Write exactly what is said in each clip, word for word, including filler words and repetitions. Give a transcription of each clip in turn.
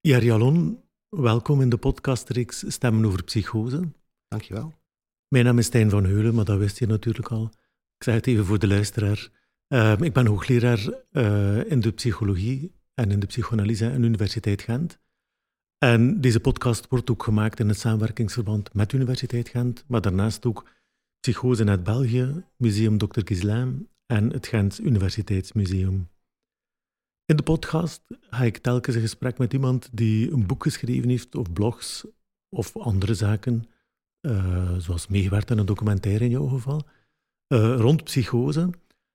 Jerry Allon, welkom in de podcastreeks Stemmen over Psychose. Dankjewel. Mijn naam is Stijn van Heulen, maar dat wist je natuurlijk al. Ik zeg het even voor de luisteraar. Uh, ik ben hoogleraar uh, in de psychologie en in de psychoanalyse aan de Universiteit Gent. En deze podcast wordt ook gemaakt in het samenwerkingsverband met de Universiteit Gent, maar daarnaast ook Psychose Net België, Museum dokter Ghislain en het Gents Universiteitsmuseum. In de podcast ga ik telkens een gesprek met iemand die een boek geschreven heeft, of blogs, of andere zaken, uh, zoals meegewerkt aan een documentaire in jouw geval, uh, rond psychose.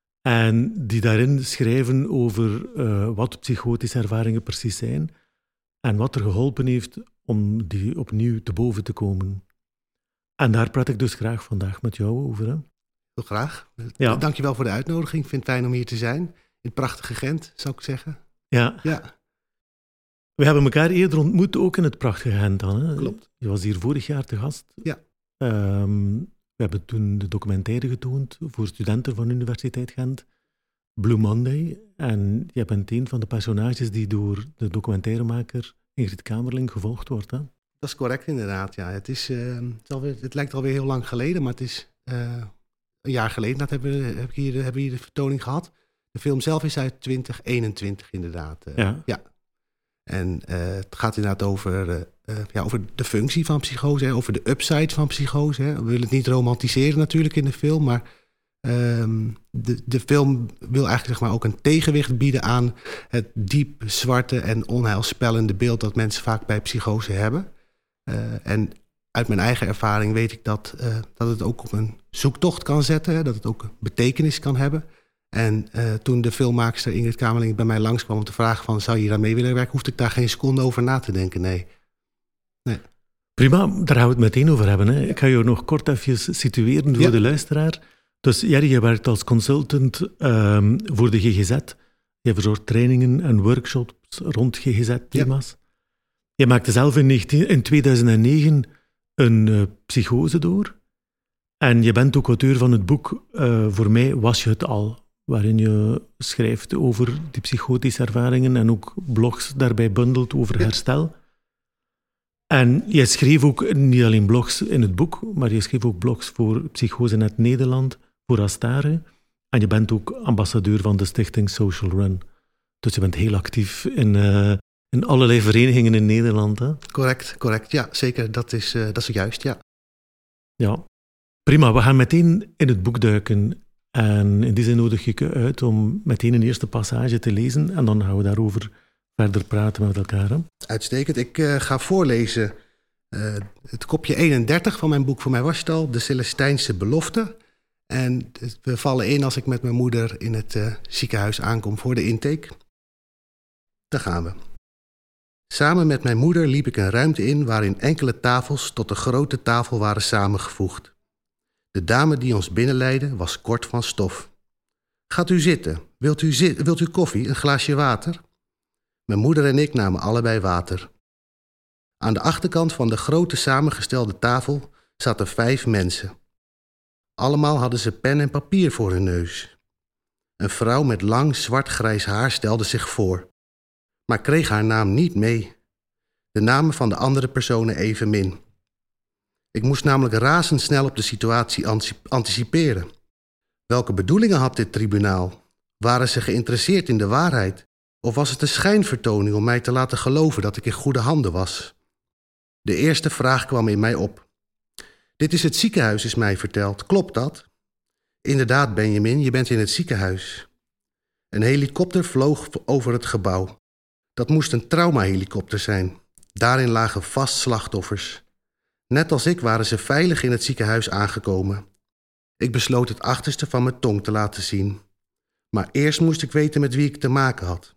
En die daarin schrijven over uh, wat psychotische ervaringen precies zijn en wat er geholpen heeft om die opnieuw te boven te komen. En daar praat ik dus graag vandaag met jou over. Hè? Heel graag. Ja. Dankjewel voor de uitnodiging. Ik vind het fijn om hier te zijn. In het prachtige Gent, zou ik zeggen. Ja. ja. We hebben elkaar eerder ontmoet, ook in het prachtige Gent dan. Hè? Klopt. Je was hier vorig jaar te gast. Ja. Um, we hebben toen de documentaire getoond voor studenten van de Universiteit Gent, Blue Monday. En jij bent een van de personages die door de documentairemaker Ingrid Kamerling gevolgd wordt. Hè? Dat is correct, inderdaad. Ja. Het, is, uh, het, is alweer, het lijkt alweer heel lang geleden, maar het is uh, een jaar geleden. Dat hebben we, heb ik hier, hebben we hier de vertoning gehad. De film zelf is uit twintig eenentwintig, inderdaad. Uh, ja. ja. En uh, het gaat inderdaad over, uh, uh, ja, over de functie van psychose, hè, over de upside van psychose. Hè. We willen het niet romantiseren natuurlijk in de film, maar um, de, de film wil eigenlijk zeg maar, ook een tegenwicht bieden aan het diep zwarte en onheilspellende beeld dat mensen vaak bij psychose hebben. Uh, en uit mijn eigen ervaring weet ik dat, uh, dat het ook op een zoektocht kan zetten, hè, dat het ook betekenis kan hebben. En uh, toen de filmmaakster Ingrid Kamerling bij mij langskwam om te vragen van, zou je hier aan mee willen werken, hoefde ik daar geen seconde over na te denken, nee. nee. Prima, daar gaan we het meteen over hebben. Hè. Ik ga je nog kort even situeren voor ja. de luisteraar. Dus Jerry, je werkt als consultant um, voor de G G Z. Je verzorgt trainingen en workshops rond G G Z-thema's. Ja. Je maakte zelf in, negentien, in tweeduizend negen een uh, psychose door. En je bent ook auteur van het boek uh, Voor mij was je het al, waarin je schrijft over die psychotische ervaringen en ook blogs daarbij bundelt over ja. herstel. En je schreef ook niet alleen blogs in het boek, maar je schreef ook blogs voor Psychose Net Nederland, voor Astare. En je bent ook ambassadeur van de stichting Social Run. Dus je bent heel actief in, uh, in allerlei verenigingen in Nederland. Hè? Correct, correct. Ja, zeker. Dat is, uh, dat is juist, ja. Ja. Prima, we gaan meteen in het boek duiken. En in die zin nodig ik je uit om meteen een eerste passage te lezen en dan gaan we daarover verder praten met elkaar. Hè? Uitstekend. Ik uh, ga voorlezen uh, het kopje eenendertig van mijn boek Voor mij was het al, De Celestijnse Belofte. En we vallen in als ik met mijn moeder in het uh, ziekenhuis aankom voor de intake. Daar gaan we. Samen met mijn moeder liep ik een ruimte in waarin enkele tafels tot een grote tafel waren samengevoegd. De dame die ons binnenleidde was kort van stof. Gaat u zitten. Wilt u, zi- wilt u koffie, een glaasje water? Mijn moeder en ik namen allebei water. Aan de achterkant van de grote samengestelde tafel zaten vijf mensen. Allemaal hadden ze pen en papier voor hun neus. Een vrouw met lang zwart-grijs haar stelde zich voor, maar kreeg haar naam niet mee. De namen van de andere personen evenmin. Ik moest namelijk razendsnel op de situatie anticiperen. Welke bedoelingen had dit tribunaal? Waren ze geïnteresseerd in de waarheid? Of was het een schijnvertoning om mij te laten geloven dat ik in goede handen was? De eerste vraag kwam in mij op. Dit is het ziekenhuis, is mij verteld. Klopt dat? Inderdaad, Benjamin, je bent in het ziekenhuis. Een helikopter vloog over het gebouw. Dat moest een traumahelikopter zijn. Daarin lagen vast slachtoffers. Net als ik waren ze veilig in het ziekenhuis aangekomen. Ik besloot het achterste van mijn tong te laten zien. Maar eerst moest ik weten met wie ik te maken had.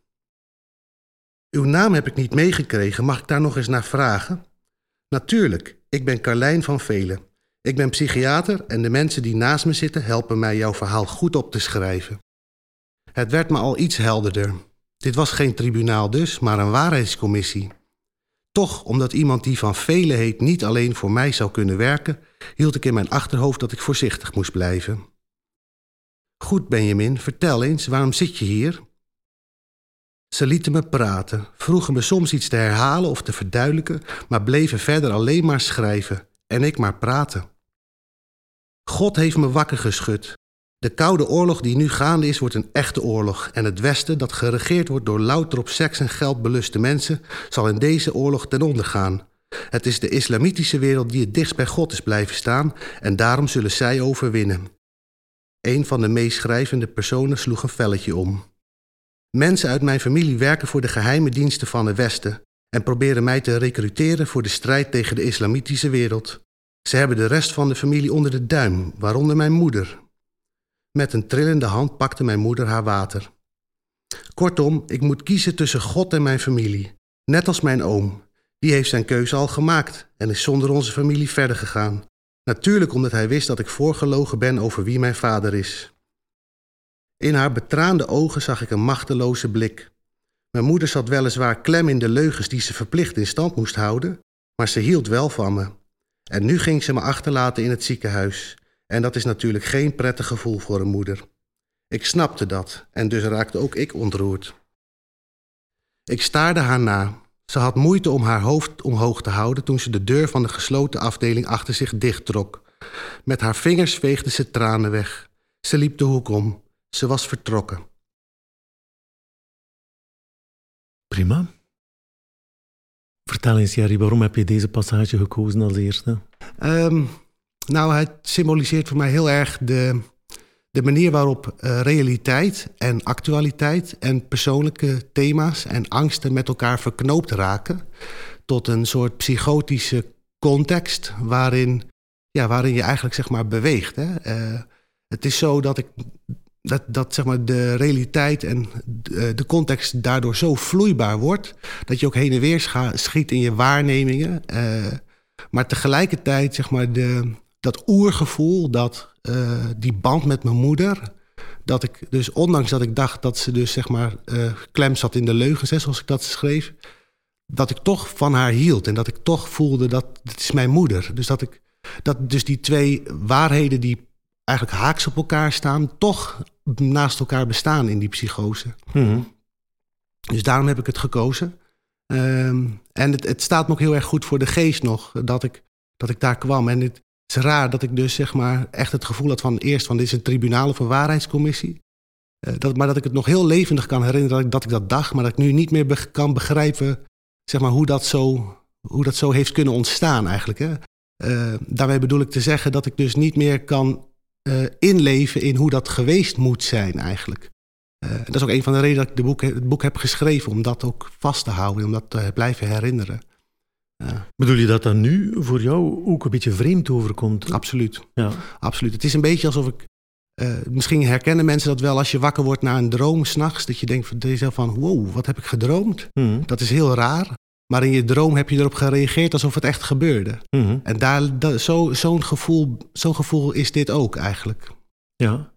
Uw naam heb ik niet meegekregen, mag ik daar nog eens naar vragen? Natuurlijk, ik ben Carlijn van Velen. Ik ben psychiater en de mensen die naast me zitten helpen mij jouw verhaal goed op te schrijven. Het werd me al iets helderder. Dit was geen tribunaal dus, maar een waarheidscommissie. Toch, omdat iemand die van Velen heet niet alleen voor mij zou kunnen werken, hield ik in mijn achterhoofd dat ik voorzichtig moest blijven. Goed, Benjamin, vertel eens, waarom zit je hier? Ze lieten me praten, vroegen me soms iets te herhalen of te verduidelijken, maar bleven verder alleen maar schrijven en ik maar praten. God heeft me wakker geschud. De Koude Oorlog die nu gaande is, wordt een echte oorlog. En het Westen, dat geregeerd wordt door louter op seks en geld beluste mensen, zal in deze oorlog ten onder gaan. Het is de islamitische wereld die het dichtst bij God is blijven staan en daarom zullen zij overwinnen. Een van de meeschrijvende personen sloeg een velletje om. Mensen uit mijn familie werken voor de geheime diensten van het Westen en proberen mij te recruteren voor de strijd tegen de islamitische wereld. Ze hebben de rest van de familie onder de duim, waaronder mijn moeder. Met een trillende hand pakte mijn moeder haar water. Kortom, ik moet kiezen tussen God en mijn familie. Net als mijn oom. Die heeft zijn keuze al gemaakt en is zonder onze familie verder gegaan. Natuurlijk omdat hij wist dat ik voorgelogen ben over wie mijn vader is. In haar betraande ogen zag ik een machteloze blik. Mijn moeder zat weliswaar klem in de leugens die ze verplicht in stand moest houden, maar ze hield wel van me. En nu ging ze me achterlaten in het ziekenhuis. En dat is natuurlijk geen prettig gevoel voor een moeder. Ik snapte dat en dus raakte ook ik ontroerd. Ik staarde haar na. Ze had moeite om haar hoofd omhoog te houden toen ze de deur van de gesloten afdeling achter zich dichttrok. Met haar vingers veegde ze tranen weg. Ze liep de hoek om. Ze was vertrokken. Prima. Vertel eens, Jerry, waarom heb je deze passage gekozen als eerste? Um, nou, het symboliseert voor mij heel erg de, de manier waarop uh, realiteit en actualiteit en persoonlijke thema's en angsten met elkaar verknoopt raken tot een soort psychotische context waarin, ja, waarin je eigenlijk zeg maar beweegt. Hè? Uh, het is zo dat ik dat, dat zeg maar de realiteit en de, de context daardoor zo vloeibaar wordt dat je ook heen en weer scha- schiet in je waarnemingen. Uh, maar tegelijkertijd zeg maar de, dat oergevoel, dat, uh, die band met mijn moeder, dat ik dus ondanks dat ik dacht dat ze dus zeg maar uh, klem zat in de leugens, hè, zoals ik dat schreef, dat ik toch van haar hield en dat ik toch voelde dat dit is mijn moeder. Dus dat ik dat dus die twee waarheden die eigenlijk haaks op elkaar staan, toch naast elkaar bestaan in die psychose. Mm-hmm. Dus daarom heb ik het gekozen. Um, en het, het staat me ook heel erg goed voor de geest nog, dat ik, dat ik daar kwam. En het is raar dat ik dus zeg maar echt het gevoel had van eerst van dit is een tribunaal of een waarheidscommissie. Uh, dat, maar dat ik het nog heel levendig kan herinneren dat ik dat, ik dat dacht, maar dat ik nu niet meer be- kan begrijpen zeg maar, hoe, dat zo, hoe dat zo heeft kunnen ontstaan eigenlijk. Hè? Uh, daarmee bedoel ik te zeggen dat ik dus niet meer kan uh, inleven in hoe dat geweest moet zijn eigenlijk. Uh, dat is ook een van de redenen dat ik de boek, het boek heb geschreven, om dat ook vast te houden, om dat te blijven herinneren. Uh, Bedoel je dat dat nu voor jou ook een beetje vreemd overkomt? Absoluut. Ja. Absoluut. Het is een beetje alsof ik... Uh, misschien herkennen mensen dat wel als je wakker wordt na een droom 's nachts, dat je denkt van jezelf van wow, wat heb ik gedroomd? Mm-hmm. Dat is heel raar. Maar in je droom heb je erop gereageerd alsof het echt gebeurde. Mm-hmm. En daar, dat, zo, zo'n, gevoel, zo'n gevoel is dit ook eigenlijk. Ja.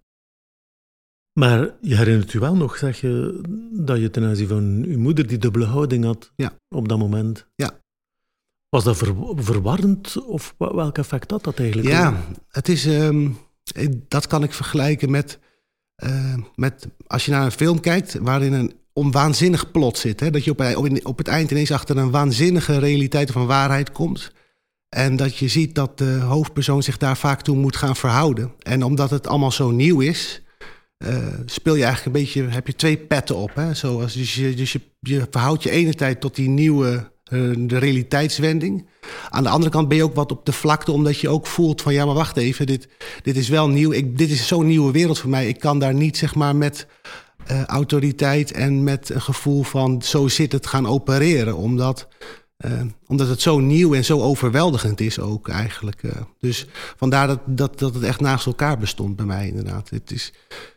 Maar je herinnert je wel nog, zeg je, dat je ten aanzien van je moeder die dubbele houding had ja. op dat moment. Ja. Was dat ver, verwarrend of welk effect had dat eigenlijk? Ja, ook? het is, um, dat kan ik vergelijken met, uh, met als je naar een film kijkt waarin een om waanzinnig plot zit. Hè? Dat je op, op, op het eind ineens achter een waanzinnige realiteit of een waarheid komt. En dat je ziet dat de hoofdpersoon zich daar vaak toe moet gaan verhouden. En omdat het allemaal zo nieuw is, uh, speel je eigenlijk een beetje, heb je twee petten op. Hè? Zoals, dus je, dus je, je verhoudt je ene tijd tot die nieuwe uh, de realiteitswending. Aan de andere kant ben je ook wat op de vlakte, omdat je ook voelt van ja, maar wacht even, dit, dit is wel nieuw. Ik, dit is zo'n nieuwe wereld voor mij. Ik kan daar niet zeg maar met uh, autoriteit en met een gevoel van zo zit het gaan opereren. Omdat, uh, omdat het zo nieuw en zo overweldigend is ook eigenlijk. Uh. Dus vandaar dat, dat, dat het echt naast elkaar bestond bij mij inderdaad. Het is,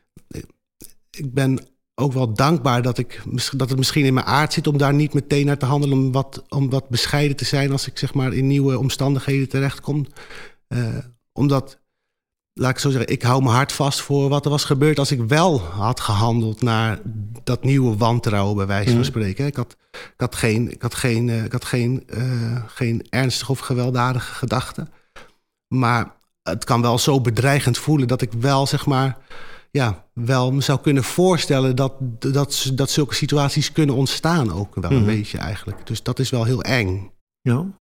ik ben ook wel dankbaar dat, ik, dat het misschien in mijn aard zit om daar niet meteen naar te handelen, om wat, om wat bescheiden te zijn als ik zeg maar in nieuwe omstandigheden terechtkom. Uh, omdat, laat ik zo zeggen, ik hou mijn hart vast voor wat er was gebeurd als ik wel had gehandeld naar dat nieuwe wantrouwen, bij wijze van spreken. Ik had, ik had geen, ik had geen, uh, ik had geen, uh, geen ernstige of gewelddadige gedachten. Maar het kan wel zo bedreigend voelen dat ik wel zeg maar ja, wel me zou kunnen voorstellen dat, dat, dat zulke situaties kunnen ontstaan ook wel een Mm-hmm. beetje eigenlijk. Dus dat is wel heel eng. Ja.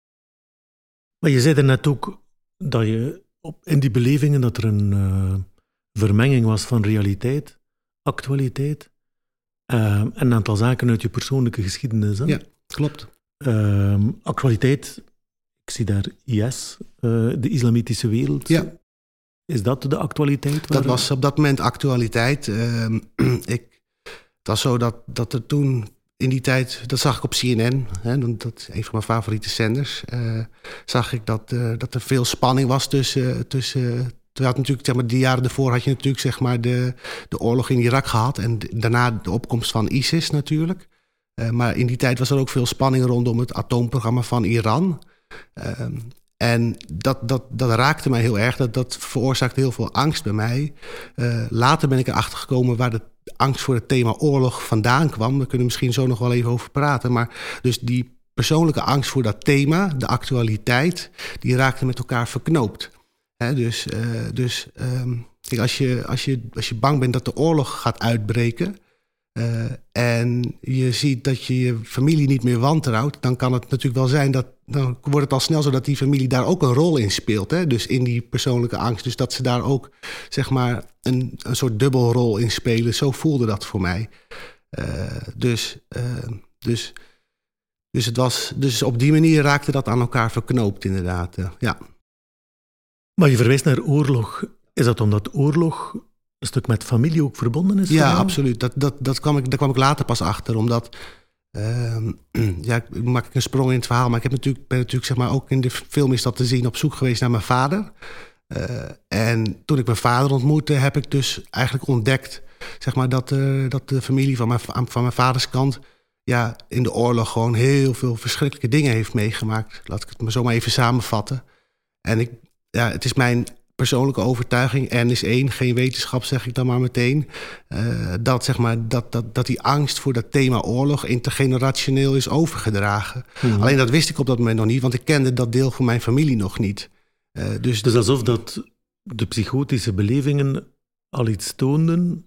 Maar je zei er net ook dat je op, in die belevingen dat er een uh, vermenging was van realiteit, actualiteit uh, en een aantal zaken uit je persoonlijke geschiedenis. Hè? Ja, klopt. Uh, actualiteit, ik zie daar I S, uh, de islamitische wereld. Ja. Is dat de actualiteit? Dat was op dat moment actualiteit. Uh, ik, het was zo dat, dat er toen in die tijd, dat zag ik op C N N, hè, dat is een van mijn favoriete zenders, uh, zag ik dat, uh, dat er veel spanning was tussen... tussen terwijl het natuurlijk, zeg maar, die jaren ervoor had je natuurlijk, zeg maar, de, de oorlog in Irak gehad en de, daarna de opkomst van ISIS natuurlijk. Uh, maar in die tijd was er ook veel spanning rondom het atoomprogramma van Iran. Uh, en dat, dat, dat raakte mij heel erg, dat, dat veroorzaakte heel veel angst bij mij. Uh, later ben ik erachter gekomen waar de angst voor het thema oorlog vandaan kwam. Daar kunnen we misschien zo nog wel even over praten. Maar dus die persoonlijke angst voor dat thema, de actualiteit, die raakte met elkaar verknoopt. He, dus uh, dus um, kijk, als, je, als, je, als je bang bent dat de oorlog gaat uitbreken uh, en je ziet dat je je familie niet meer wantrouwt, dan kan het natuurlijk wel zijn dat, dan wordt het al snel zo dat die familie daar ook een rol in speelt. Hè? Dus in die persoonlijke angst. Dus dat ze daar ook, zeg maar, een, een soort dubbelrol in spelen. Zo voelde dat voor mij. Uh, dus, uh, dus, dus, het was, dus op die manier raakte dat aan elkaar verknoopt, inderdaad. Uh, ja. Maar je verwijst naar oorlog. Is dat omdat oorlog een stuk met familie ook verbonden is? Ja, absoluut. Dat, dat, dat kwam ik, daar kwam ik later pas achter. Omdat, uh, ja, ik maak ik een sprong in het verhaal. Maar ik heb natuurlijk, ben natuurlijk, zeg maar, ook in de film is dat te zien, op zoek geweest naar mijn vader. Uh, en toen ik mijn vader ontmoette, heb ik dus eigenlijk ontdekt, zeg maar, dat, uh, dat de familie van mijn, van mijn vaders kant, ja, in de oorlog gewoon heel veel verschrikkelijke dingen heeft meegemaakt. Laat ik het maar zo maar even samenvatten. En ik, ja, het is mijn persoonlijke overtuiging, N is één, geen wetenschap, zeg ik dan maar meteen, uh, dat, zeg maar, dat, dat, dat die angst voor dat thema oorlog intergenerationeel is overgedragen. Mm-hmm. Alleen dat wist ik op dat moment nog niet, want ik kende dat deel van mijn familie nog niet. Uh, dus, dus alsof dat de psychotische belevingen al iets toonden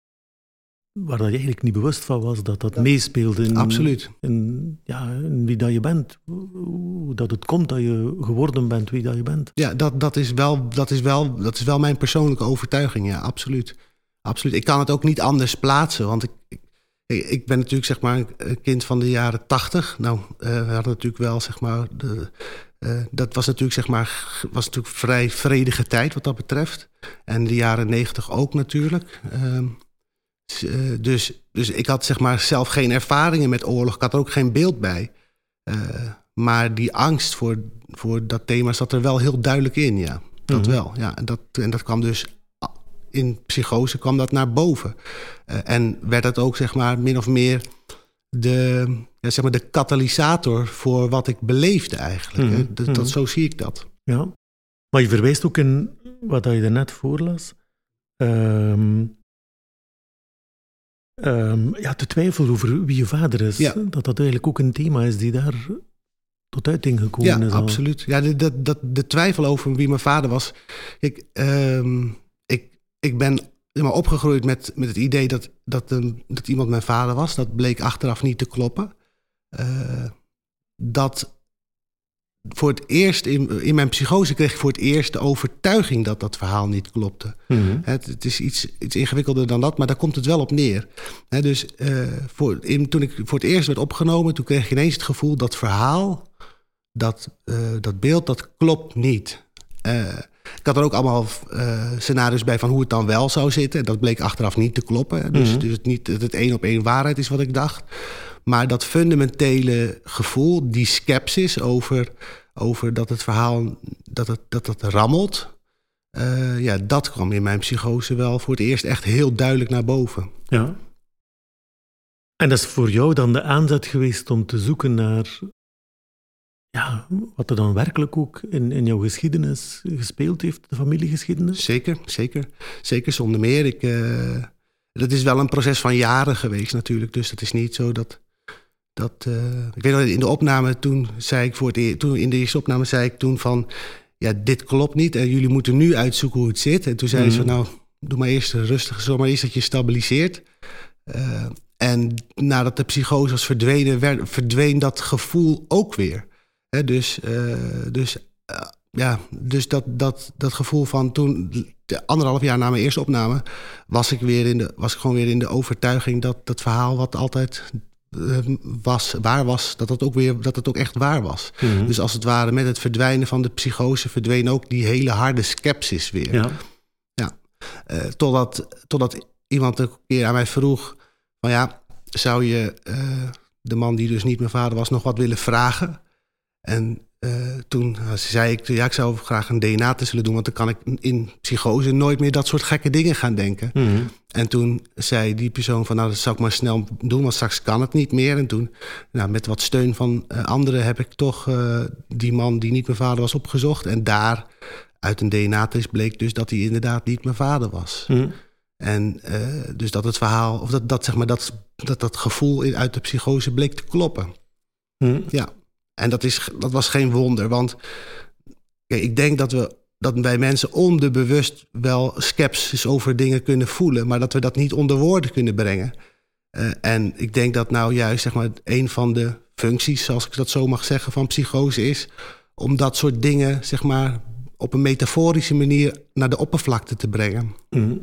waar dat je eigenlijk niet bewust van was, dat dat, dat meespeelde in, absoluut. In, ja, in wie dat je bent. Hoe dat het komt dat je geworden bent wie dat je bent. Ja, dat, dat, is, wel, dat, is, wel, dat is wel mijn persoonlijke overtuiging, ja, absoluut. absoluut. Ik kan het ook niet anders plaatsen, want ik, ik, ik ben natuurlijk, zeg maar, een kind van de jaren tachtig. Nou, uh, we hadden natuurlijk wel, zeg maar, de, uh, dat was natuurlijk, zeg maar, was natuurlijk vrij vredige tijd wat dat betreft. En de jaren negentig ook natuurlijk. Uh, Uh, dus, dus ik had, zeg maar, zelf geen ervaringen met oorlog. Ik had er ook geen beeld bij. Uh, maar die angst voor, voor dat thema zat er wel heel duidelijk in, ja. Dat mm-hmm. wel, ja. En dat, en dat kwam dus in psychose kwam dat naar boven. Uh, en werd dat ook, zeg maar, min of meer de, ja, zeg maar, de katalysator voor wat ik beleefde eigenlijk. Mm-hmm. Dat, dat, zo zie ik dat. Ja, maar je verwijst ook in wat je daarnet voorlas. Um, Um, ja, te twijfelen over wie je vader is. Ja. Dat dat eigenlijk ook een thema is die daar tot uiting gekomen ja, is. Ja, absoluut. Ja, de, de, de, de twijfel over wie mijn vader was. Ik, um, ik, ik ben maar opgegroeid met, met het idee dat, dat, een, dat iemand mijn vader was. Dat bleek achteraf niet te kloppen. Uh, dat voor het eerst, in, in mijn psychose kreeg ik voor het eerst de overtuiging dat dat verhaal niet klopte. Mm-hmm. Het, het is iets, iets ingewikkelder dan dat, maar daar komt het wel op neer. He, dus uh, voor, in, toen ik voor het eerst werd opgenomen, toen kreeg ik ineens het gevoel dat verhaal, dat, uh, dat beeld, dat klopt niet. Uh, ik had er ook allemaal uh, scenario's bij van hoe het dan wel zou zitten. Dat bleek achteraf niet te kloppen. Dus, mm-hmm. dus het niet dat het één op één waarheid is wat ik dacht. Maar dat fundamentele gevoel, die scepsis over, over dat het verhaal dat het, dat het rammelt, uh, ja, dat kwam in mijn psychose wel voor het eerst echt heel duidelijk naar boven. Ja. En dat is voor jou dan de aanzet geweest om te zoeken naar, ja, wat er dan werkelijk ook in, in jouw geschiedenis gespeeld heeft, de familiegeschiedenis? Zeker, zeker. Zeker, zonder meer. Ik, uh, dat is wel een proces van jaren geweest natuurlijk, dus het is niet zo dat... Dat, uh, ik weet nog, in de opname toen zei ik voor het e- toen in de eerste opname zei ik toen van, ja, dit klopt niet en jullie moeten nu uitzoeken hoe het zit. En toen zeiden mm-hmm. ze, nou, doe maar eerst rustig, zorg maar eerst dat je stabiliseert. Uh, en nadat de psychose was verdwenen, werd, verdween dat gevoel ook weer. He, dus uh, dus uh, ja, dus dat, dat, dat gevoel van toen, anderhalf jaar na mijn eerste opname, was ik weer in de, was ik gewoon weer in de overtuiging dat dat verhaal wat altijd uh, was, waar was, dat het ook weer, dat het ook echt waar was. Mm-hmm. Dus als het ware met het verdwijnen van de psychose verdween ook die hele harde scepsis weer. Ja. Ja. Uh, totdat, totdat iemand een keer aan mij vroeg van ja, zou je uh, de man die dus niet mijn vader was nog wat willen vragen? En uh, toen zei ik, ja, ik zou graag een D N A-test willen doen, want dan kan ik in psychose nooit meer dat soort gekke dingen gaan denken. Mm-hmm. En toen zei die persoon van, nou, dat zou ik maar snel doen, want straks kan het niet meer. En toen, nou, met wat steun van uh, anderen, heb ik toch uh, die man die niet mijn vader was opgezocht. En daar, uit een D N A-test bleek dus dat hij inderdaad niet mijn vader was. Mm-hmm. En uh, dus dat het verhaal, of dat, dat, zeg maar, dat, dat, dat gevoel uit de psychose bleek te kloppen. Mm-hmm. Ja. En dat, is, dat was geen wonder, want kijk, ik denk dat we dat wij mensen onderbewust wel sceptisch over dingen kunnen voelen, maar dat we dat niet onder woorden kunnen brengen. Uh, en ik denk dat nou juist zeg maar, een van de functies, zoals ik dat zo mag zeggen, van psychose is om dat soort dingen zeg maar, op een metaforische manier naar de oppervlakte te brengen. Mm.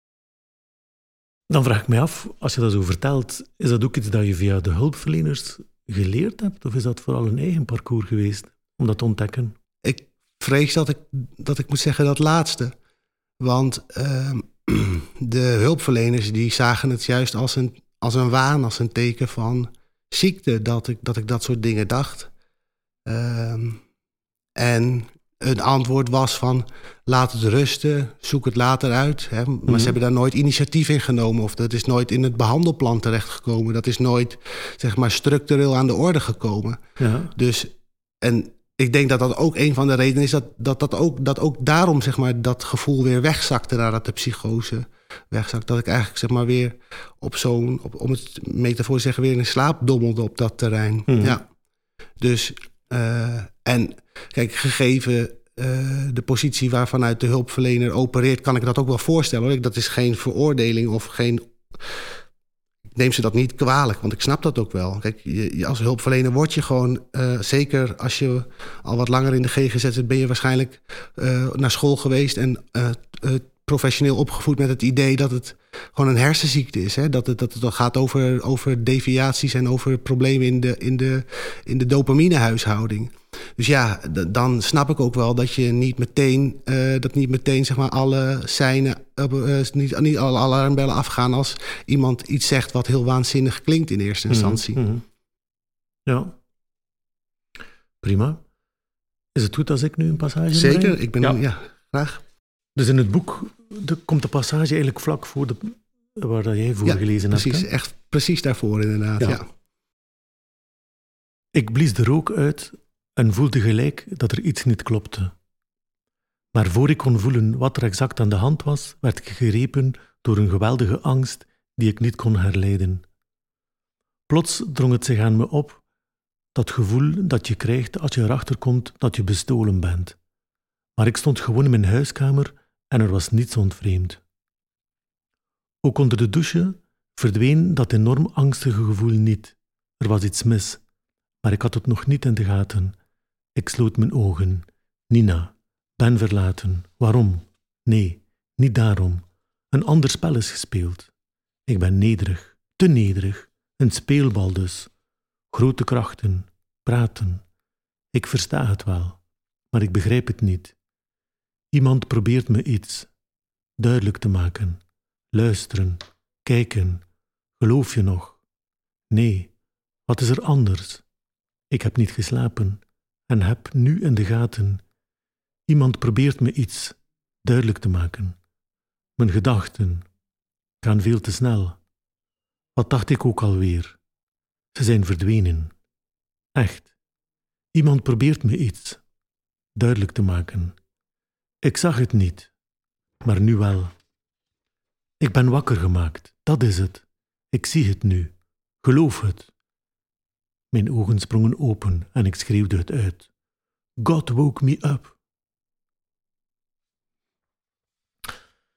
Dan vraag ik me af, als je dat zo vertelt, is dat ook iets dat je via de hulpverleners geleerd hebt? Of is dat vooral een eigen parcours geweest om dat te ontdekken? Ik vrees dat ik, dat ik moet zeggen dat laatste. Want uh, de hulpverleners die zagen het juist als een, als een waan, als een teken van ziekte, dat ik dat, ik dat soort dingen dacht. Uh, en een antwoord was van laat het rusten, zoek het later uit. Hè? Maar mm-hmm. ze hebben daar nooit initiatief in genomen. Of dat is nooit in het behandelplan terechtgekomen. Dat is nooit zeg maar, structureel aan de orde gekomen. Ja. Dus, en ik denk dat dat ook een van de redenen is... dat, dat, dat, ook, dat ook daarom zeg maar, dat gevoel weer wegzakte nadat de psychose wegzakt. Dat ik eigenlijk zeg maar, weer op zo'n... Op, om het metafoor te zeggen, weer in slaap dommelde op dat terrein. Mm-hmm. Ja. Dus... Uh, en kijk, gegeven uh, de positie waarvanuit de hulpverlener opereert, kan ik dat ook wel voorstellen. Hoor. Dat is geen veroordeling of geen... Ik neem ze dat niet kwalijk, want ik snap dat ook wel. Kijk, je, je als hulpverlener word je gewoon... Uh, zeker als je al wat langer in de G G Z zit, ben je waarschijnlijk uh, naar school geweest en uh, uh, professioneel opgevoed met het idee dat het gewoon een hersenziekte is. Hè? Dat het, dat het gaat over, over deviaties en over problemen in de, in de, in de dopaminehuishouding. Dus ja, d- dan snap ik ook wel dat je niet meteen, uh, dat niet meteen zeg maar alle seinen, uh, niet, niet alle alarmbellen afgaan als iemand iets zegt wat heel waanzinnig klinkt in eerste instantie. Mm-hmm. Ja, prima. Is het goed als ik nu een passage Zeker, breng? ik ben ja. ja, graag. Dus in het boek de, komt de passage eigenlijk vlak voor de, waar dat jij voor ja, gelezen precies, hebt. Hè? Echt precies daarvoor inderdaad, ja. ja. Ik blies de rook uit en voelde gelijk dat er iets niet klopte. Maar voor ik kon voelen wat er exact aan de hand was, werd ik gegrepen door een geweldige angst die ik niet kon herleiden. Plots drong het zich aan me op, dat gevoel dat je krijgt als je erachter komt dat je bestolen bent. Maar ik stond gewoon in mijn huiskamer en er was niets ontvreemd. Ook onder de douche verdween dat enorm angstige gevoel niet. Er was iets mis, maar ik had het nog niet in de gaten. Ik sloot mijn ogen. Nina, ben verlaten. Waarom? Nee, niet daarom. Een ander spel is gespeeld. Ik ben nederig, te nederig. Een speelbal dus. Grote krachten, praten. Ik versta het wel, maar ik begrijp het niet. Iemand probeert me iets duidelijk te maken. Luisteren, kijken. Geloof je nog? Nee, wat is er anders? Ik heb niet geslapen en heb nu in de gaten. Iemand probeert me iets duidelijk te maken. Mijn gedachten gaan veel te snel. Wat dacht ik ook alweer? Ze zijn verdwenen. Echt. Iemand probeert me iets duidelijk te maken. Ik zag het niet, maar nu wel. Ik ben wakker gemaakt, dat is het. Ik zie het nu. Geloof het. Mijn ogen sprongen open en ik schreeuwde het uit. God woke me up.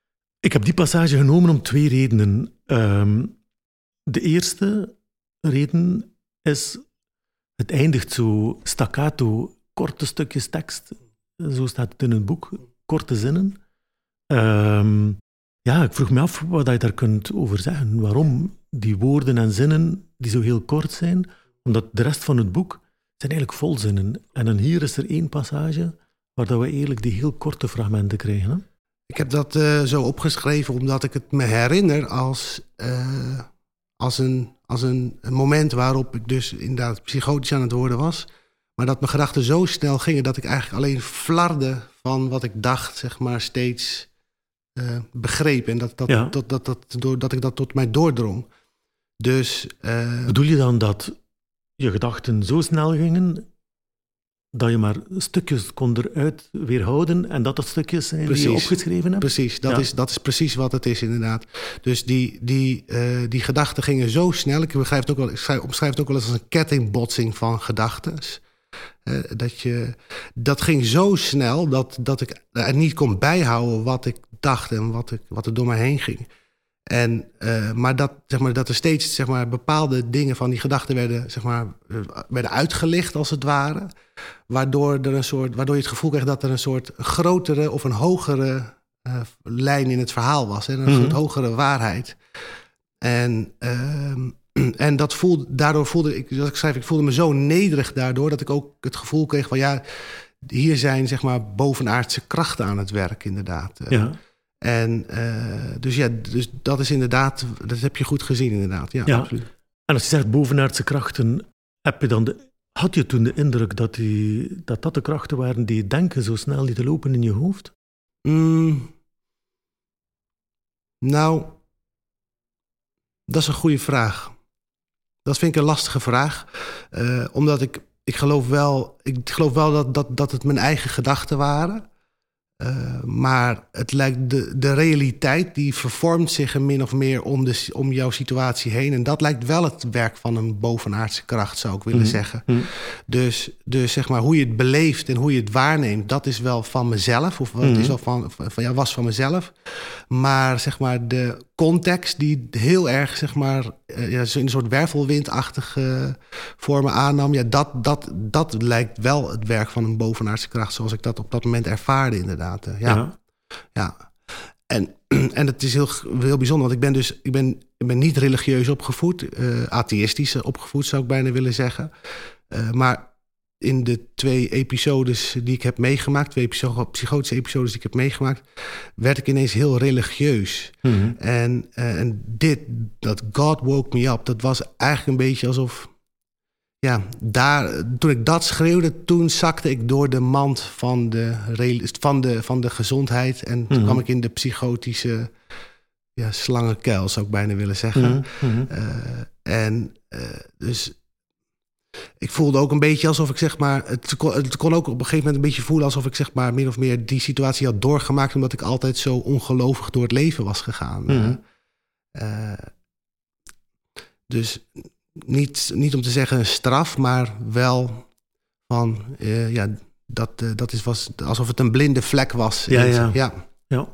Ik heb die passage genomen om twee redenen. Um, de eerste reden is, het eindigt zo staccato, korte stukjes tekst. Zo staat het in het boek, korte zinnen. Um, ja, ik vroeg me af wat je daar kunt over zeggen. Waarom die woorden en zinnen die zo heel kort zijn? Omdat de rest van het boek zijn eigenlijk volzinnen. En dan hier is er één passage waar dat we eigenlijk die heel korte fragmenten krijgen. Hè? Ik heb dat uh, zo opgeschreven omdat ik het me herinner als, uh, als, een, als een, een moment waarop ik dus inderdaad psychotisch aan het worden was. Maar dat mijn gedachten zo snel gingen dat ik eigenlijk alleen flarde van wat ik dacht, zeg maar, steeds uh, begreep. En dat, dat, ja. dat, dat, dat, dat, dat ik dat tot mij doordrong. Dus, uh, bedoel je dan dat je gedachten zo snel gingen dat je maar stukjes kon eruit weerhouden en dat dat stukjes zijn precies, die je opgeschreven hebt? Precies, dat, ja. is, dat is precies wat het is inderdaad. Dus die, die, uh, die gedachten gingen zo snel. Ik, begrijp het ook wel, ik schrijf, omschrijf het ook wel eens als een kettingbotsing van gedachten. Uh, dat, je, dat ging zo snel dat, dat ik er niet kon bijhouden wat ik dacht en wat, ik, wat er door mij heen ging. En, uh, maar, dat, zeg maar dat er steeds zeg maar, bepaalde dingen van die gedachten werden, zeg maar, werden uitgelicht, als het ware. Waardoor, er een soort, waardoor je het gevoel kreeg dat er een soort grotere of een hogere uh, lijn in het verhaal was. Hè? Een mm-hmm. soort hogere waarheid. En, uh, en dat voelde, daardoor voelde ik, zoals ik schrijf, ik voelde me zo nederig daardoor, dat ik ook het gevoel kreeg van ja, hier zijn zeg maar bovenaardse krachten aan het werk, inderdaad. Ja. En uh, dus ja, dus dat is inderdaad, dat heb je goed gezien inderdaad. Ja, ja. absoluut. En als je zegt bovenaardse krachten, heb je dan de, had je toen de indruk dat, die, dat dat de krachten waren die denken zo snel lieten lopen in je hoofd? Mm, nou, dat is een goede vraag. Dat vind ik een lastige vraag. Uh, omdat ik, ik geloof wel, ik geloof wel dat, dat, dat het mijn eigen gedachten waren. Uh, maar het lijkt de, de realiteit die vervormt zich min of meer om, de, om jouw situatie heen. En dat lijkt wel het werk van een bovenaardse kracht, zou ik willen mm-hmm. zeggen. Mm-hmm. Dus, dus zeg maar hoe je het beleeft en hoe je het waarneemt, dat is wel van mezelf. Of mm-hmm. het is wel van, van, ja, was van mezelf. Maar zeg maar de context die heel erg zeg maar uh, ja, in een soort wervelwindachtige vormen aannam, ja, dat, dat, dat lijkt wel het werk van een bovenaardse kracht, zoals ik dat op dat moment ervaarde inderdaad. Ja. ja. ja. En, en het is heel, heel bijzonder, want ik ben dus ik ben, ik ben niet religieus opgevoed, uh, atheïstisch opgevoed zou ik bijna willen zeggen. Uh, maar in de twee episodes die ik heb meegemaakt, twee psychotische episodes die ik heb meegemaakt, werd ik ineens heel religieus. Mm-hmm. En, uh, en dit, dat God woke me up, dat was eigenlijk een beetje alsof, ja, daar, toen ik dat schreeuwde, toen zakte ik door de mand van de, van de, van de gezondheid en mm-hmm. toen kwam ik in de psychotische ja, slangenkuil, zou ik bijna willen zeggen. Mm-hmm. Uh, en uh, dus ik voelde ook een beetje alsof ik zeg maar, het kon, het kon ook op een gegeven moment een beetje voelen alsof ik zeg maar min of meer die situatie had doorgemaakt, omdat ik altijd zo ongelovig door het leven was gegaan. Mm-hmm. Uh, dus niet, niet om te zeggen een straf, maar wel van, uh, ja, dat, uh, dat is, was alsof het een blinde vlek was. Ja, ja. ja. ja.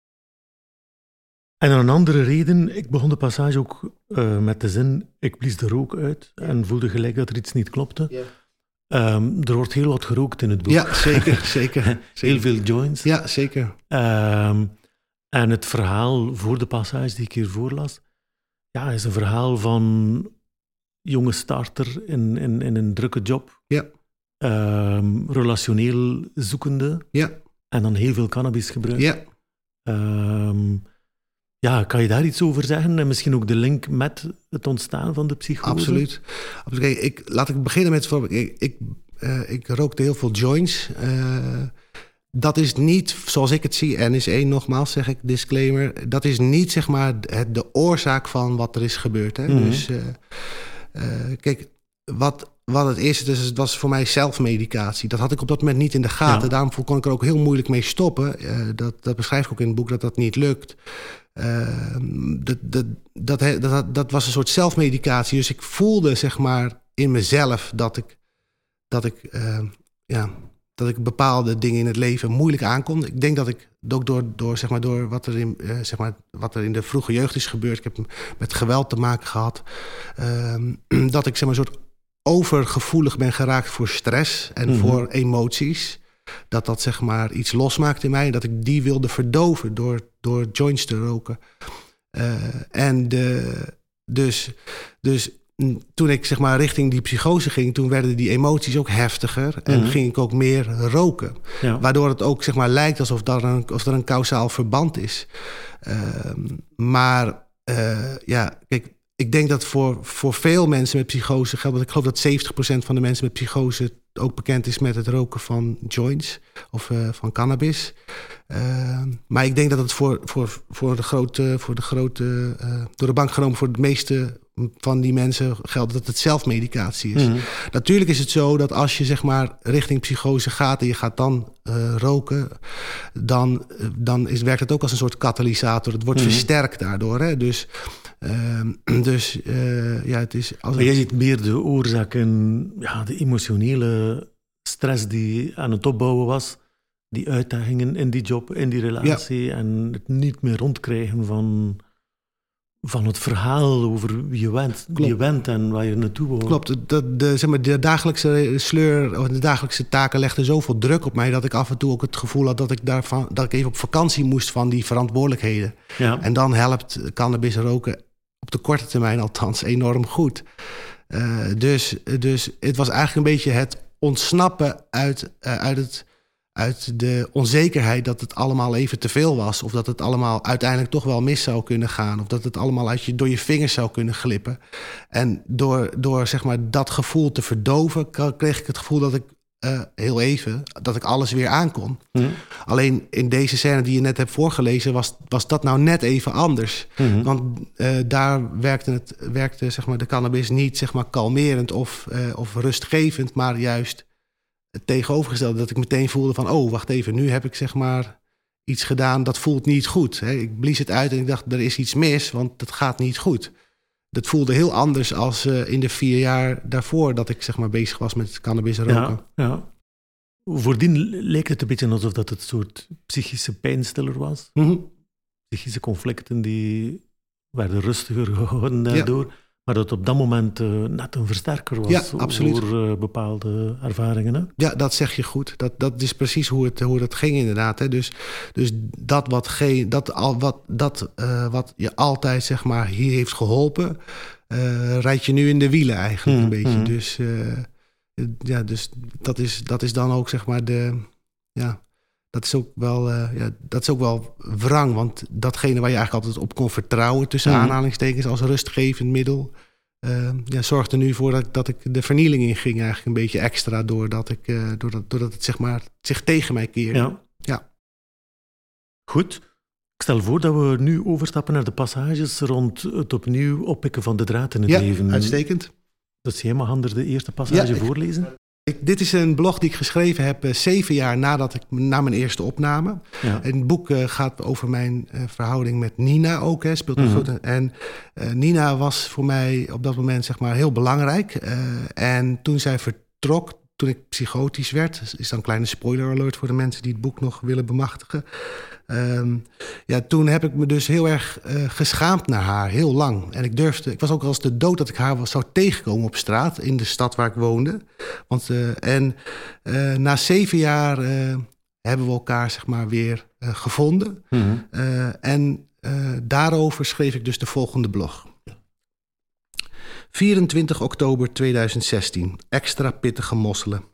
En een andere reden, ik begon de passage ook uh, met de zin, ik blies de rook uit en voelde gelijk dat er iets niet klopte. Yeah. Um, er wordt heel wat gerookt in het boek. Ja, zeker, zeker. Heel zeker. veel joints. Ja, zeker. Um, en het verhaal voor de passage die ik hier voorlas, ja, is een verhaal van jonge starter in, in, in een drukke job. Ja. Um, relationeel zoekende. Ja. En dan heel veel cannabis gebruiken. Ja. Um, Ja, kan je daar iets over zeggen? En misschien ook de link met het ontstaan van de psychose? Absoluut. Absoluut. Ik, laat ik beginnen met... Ik, ik, uh, ik rookte heel veel joints. Uh, dat is niet, zoals ik het zie, en is één nogmaals, zeg ik, disclaimer. Dat is niet, zeg maar, de oorzaak van wat er is gebeurd. Hè? Mm-hmm. Dus, uh, uh, kijk, wat... Wat het is, dus het was voor mij zelfmedicatie. Dat had ik op dat moment niet in de gaten. Ja. Daarom kon ik er ook heel moeilijk mee stoppen. Uh, dat, dat beschrijf ik ook in het boek, dat dat niet lukt. Uh, dat, dat, dat, dat, dat was een soort zelfmedicatie. Dus ik voelde zeg maar in mezelf dat ik, dat ik uh, ja, dat ik bepaalde dingen in het leven moeilijk aankon. Ik denk dat ik ook door, door, zeg maar, door wat, er in, uh, zeg maar, wat er in de vroege jeugd is gebeurd... ik heb met geweld te maken gehad... Uh, dat ik zeg maar, een soort overgevoelig ben geraakt voor stress en mm-hmm. voor emoties... dat dat zeg maar iets losmaakt in mij... en dat ik die wilde verdoven door, door joints te roken. Uh, en de, dus... dus toen ik zeg maar richting die psychose ging... toen werden die emoties ook heftiger... en mm-hmm. ging ik ook meer roken. Ja. Waardoor het ook zeg maar lijkt alsof er een, alsof er een kausaal verband is. Uh, maar uh, ja, kijk... Ik denk dat voor, voor veel mensen met psychose geldt... ik geloof dat zeventig procent van de mensen met psychose... ook bekend is met het roken van joints of uh, van cannabis. Uh, maar ik denk dat het voor, voor, voor de grote... Voor de grote uh, door de bank genomen voor de meeste van die mensen... geldt dat het zelfmedicatie is. Mm-hmm. Natuurlijk is het zo dat als je zeg maar richting psychose gaat... en je gaat dan uh, roken... dan, uh, dan is, werkt het ook als een soort katalysator. Het wordt mm-hmm. versterkt daardoor. Hè? Dus... Uh, dus uh, ja, het is... Als maar jij ziet meer de oorzaken, ja, de emotionele stress die aan het opbouwen was, die uitdagingen in die job, in die relatie, ja. en het niet meer rondkrijgen van, van het verhaal over wie je bent, wie je bent en waar je naartoe wil. Klopt, de, de, zeg maar, de dagelijkse sleur, of de dagelijkse taken legden zoveel druk op mij dat ik af en toe ook het gevoel had dat ik, daarvan, dat ik even op vakantie moest van die verantwoordelijkheden. Ja. En dan helpt cannabis roken op de korte termijn althans enorm goed. Uh, dus, dus het was eigenlijk een beetje het ontsnappen uit, uh, uit, het, uit de onzekerheid... dat het allemaal even te veel was. Of dat het allemaal uiteindelijk toch wel mis zou kunnen gaan. Of dat het allemaal uit je, door je vingers zou kunnen glippen. En door, door zeg maar, dat gevoel te verdoven... kreeg ik het gevoel dat ik uh, heel even... dat ik alles weer aankon. Mm. Alleen in deze scène die je net hebt voorgelezen... was, was dat nou net even anders. Mm-hmm. Want uh, daar werkte, het, werkte zeg maar, de cannabis niet zeg maar, kalmerend of, uh, of rustgevend... maar juist het tegenovergestelde. Dat ik meteen voelde van... oh, wacht even, nu heb ik zeg maar iets gedaan... dat voelt niet goed. Hè. Ik blies het uit en ik dacht, er is iets mis... want het gaat niet goed. Dat voelde heel anders als uh, in de vier jaar daarvoor... dat ik zeg maar, bezig was met cannabis roken. Ja, ja. Voordien leek het een beetje alsof dat het een soort psychische pijnstiller was. Mm-hmm. Psychische conflicten die werden rustiger gehouden daardoor. Ja. Maar dat het op dat moment uh, net een versterker was ja, absoluut. voor uh, bepaalde ervaringen. Hè? Ja, dat zeg je goed. Dat, dat is precies hoe het, hoe dat ging inderdaad. Hè. Dus, dus dat, wat, ge, dat, al, wat, dat uh, wat je altijd zeg maar, hier heeft geholpen... Uh, rijd je nu in de wielen eigenlijk mm, een beetje. Mm. Dus... Uh, Ja, dus dat is, dat is dan ook zeg maar de... Ja, dat is ook wel, uh, ja, dat is ook wel wrang. Want datgene waar je eigenlijk altijd op kon vertrouwen... tussen mm. aanhalingstekens als rustgevend middel... Uh, ja, zorgde nu voor dat, dat ik de vernieling in ging eigenlijk een beetje extra... doordat, ik, uh, doordat, doordat het zeg maar, zich tegen mij keerde. Ja. Ja. Goed. Ik stel voor dat we nu overstappen naar de passages... rond het opnieuw oppikken van de draad in het ja, leven. Ja, uitstekend. Dus jij mag anders de eerste passage ja, ik, voorlezen. Ik, dit is een blog die ik geschreven heb uh, zeven jaar nadat ik na mijn eerste opname. Ja. En het boek uh, gaat over mijn uh, verhouding met Nina ook. Hè, speelt mm-hmm. goed. En uh, Nina was voor mij op dat moment zeg maar heel belangrijk. Uh, en toen zij vertrok, toen ik psychotisch werd... is dan een kleine spoiler alert voor de mensen die het boek nog willen bemachtigen... Um, ja, toen heb ik me dus heel erg uh, geschaamd naar haar, heel lang. En ik durfde, ik was ook als de dood dat ik haar was, zou tegenkomen op straat... in de stad waar ik woonde. Want, uh, en uh, na zeven jaar uh, hebben we elkaar zeg maar weer uh, gevonden. Mm-hmm. Uh, en uh, daarover schreef ik dus de volgende blog. vierentwintig oktober tweeduizend zestien, extra pittige mosselen.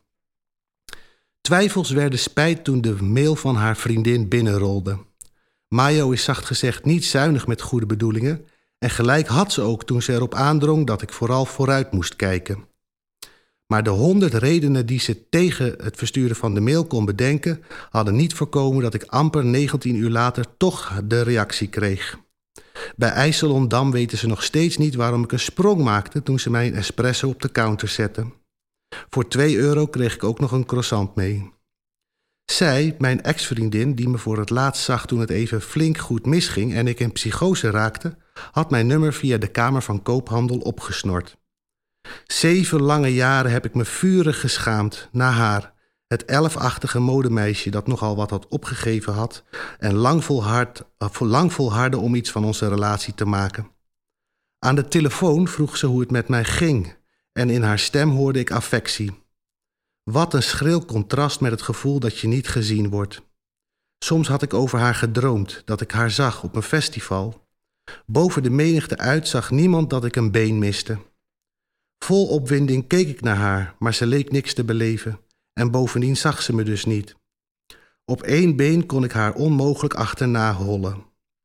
Twijfels werden spijt toen de mail van haar vriendin binnenrolde. Mayo is zacht gezegd niet zuinig met goede bedoelingen... en gelijk had ze ook toen ze erop aandrong dat ik vooral vooruit moest kijken. Maar de honderd redenen die ze tegen het versturen van de mail kon bedenken... hadden niet voorkomen dat ik amper negentien uur later toch de reactie kreeg. Bij IJsselondam weten ze nog steeds niet waarom ik een sprong maakte... toen ze mij een espresso op de counter zetten. Voor twee euro kreeg ik ook nog een croissant mee. Zij, mijn ex-vriendin, die me voor het laatst zag toen het even flink goed misging... en ik in psychose raakte, had mijn nummer via de Kamer van Koophandel opgesnord. Zeven lange jaren heb ik me vurig geschaamd naar haar... Het elfachtige modemeisje dat nogal wat had opgegeven had en lang volhard, lang volhardde om iets van onze relatie te maken. Aan de telefoon vroeg ze hoe het met mij ging en in haar stem hoorde ik affectie. Wat een schril contrast met het gevoel dat je niet gezien wordt. Soms had ik over haar gedroomd, dat ik haar zag op een festival. Boven de menigte uit zag niemand dat ik een been miste. Vol opwinding keek ik naar haar, maar ze leek niks te beleven. En bovendien zag ze me dus niet. Op één been kon ik haar onmogelijk achterna hollen.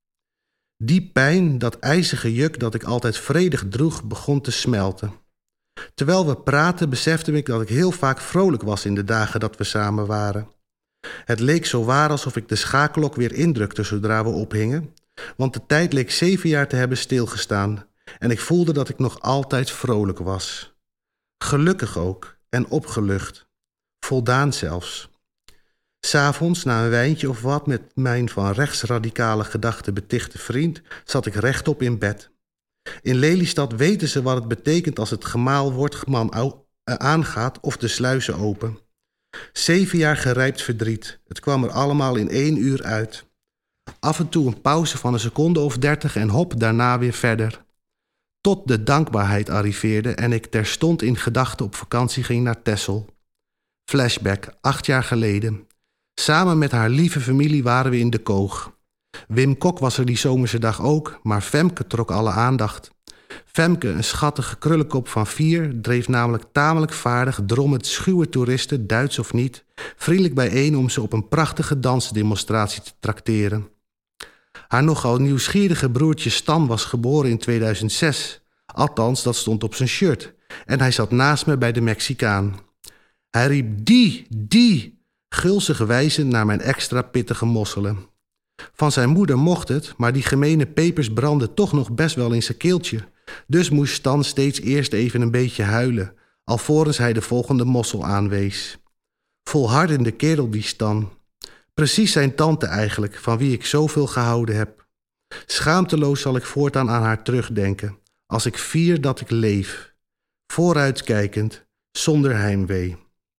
Die pijn, dat ijzige juk dat ik altijd vredig droeg, begon te smelten. Terwijl we praten besefte ik dat ik heel vaak vrolijk was in de dagen dat we samen waren. Het leek zo waar alsof ik de schakelklok weer indrukte zodra we ophingen, want de tijd leek zeven jaar te hebben stilgestaan en ik voelde dat ik nog altijd vrolijk was. Gelukkig ook en opgelucht. Voldaan zelfs. 'S'avonds, na een wijntje of wat met mijn van rechtsradicale gedachten betichte vriend, zat ik rechtop in bed. In Lelystad weten ze wat het betekent als het gemaal wortman aangaat of de sluizen open. Zeven jaar gerijpt verdriet. Het kwam er allemaal in één uur uit. Af en toe een pauze van een seconde of dertig en hop, daarna weer verder. Tot de dankbaarheid arriveerde en ik terstond in gedachten op vakantie ging naar Texel. Flashback, acht jaar geleden. Samen met haar lieve familie waren we in de Koog. Wim Kok was er die zomerse dag ook, maar Femke trok alle aandacht. Femke, een schattige krullenkop van vier, dreef namelijk tamelijk vaardig drommend schuwe toeristen, Duits of niet, vriendelijk bijeen om ze op een prachtige dansdemonstratie te trakteren. Haar nogal nieuwsgierige broertje Stan was geboren in tweeduizend zes. Althans, dat stond op zijn shirt. En hij zat naast me bij de Mexicaan. Hij riep die, die, gulzig wijzend naar mijn extra pittige mosselen. Van zijn moeder mocht het, maar die gemene pepers brandden toch nog best wel in zijn keeltje. Dus moest Stan steeds eerst even een beetje huilen, alvorens hij de volgende mossel aanwees. Volhardende kerel die Stan. Precies zijn tante eigenlijk, van wie ik zoveel gehouden heb. Schaamteloos zal ik voortaan aan haar terugdenken, als ik vier dat ik leef. Vooruitkijkend, zonder heimwee.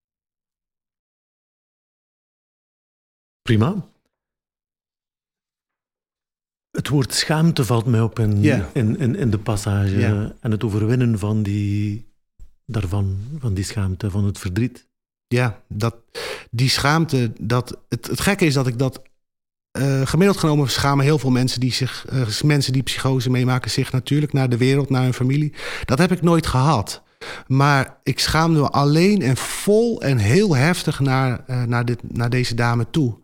Prima. Het woord schaamte valt mij op in, yeah. in, in, in de passage. Yeah. En het overwinnen van die, daarvan, van die schaamte, van het verdriet. Ja, dat, die schaamte, dat, het, het gekke is dat ik dat... Uh, gemiddeld genomen schamen heel veel mensen die, zich, uh, mensen die psychose meemaken zich natuurlijk naar de wereld, naar hun familie. Dat heb ik nooit gehad. Maar ik schaamde me alleen en vol en heel heftig naar, uh, naar, dit, naar deze dame toe.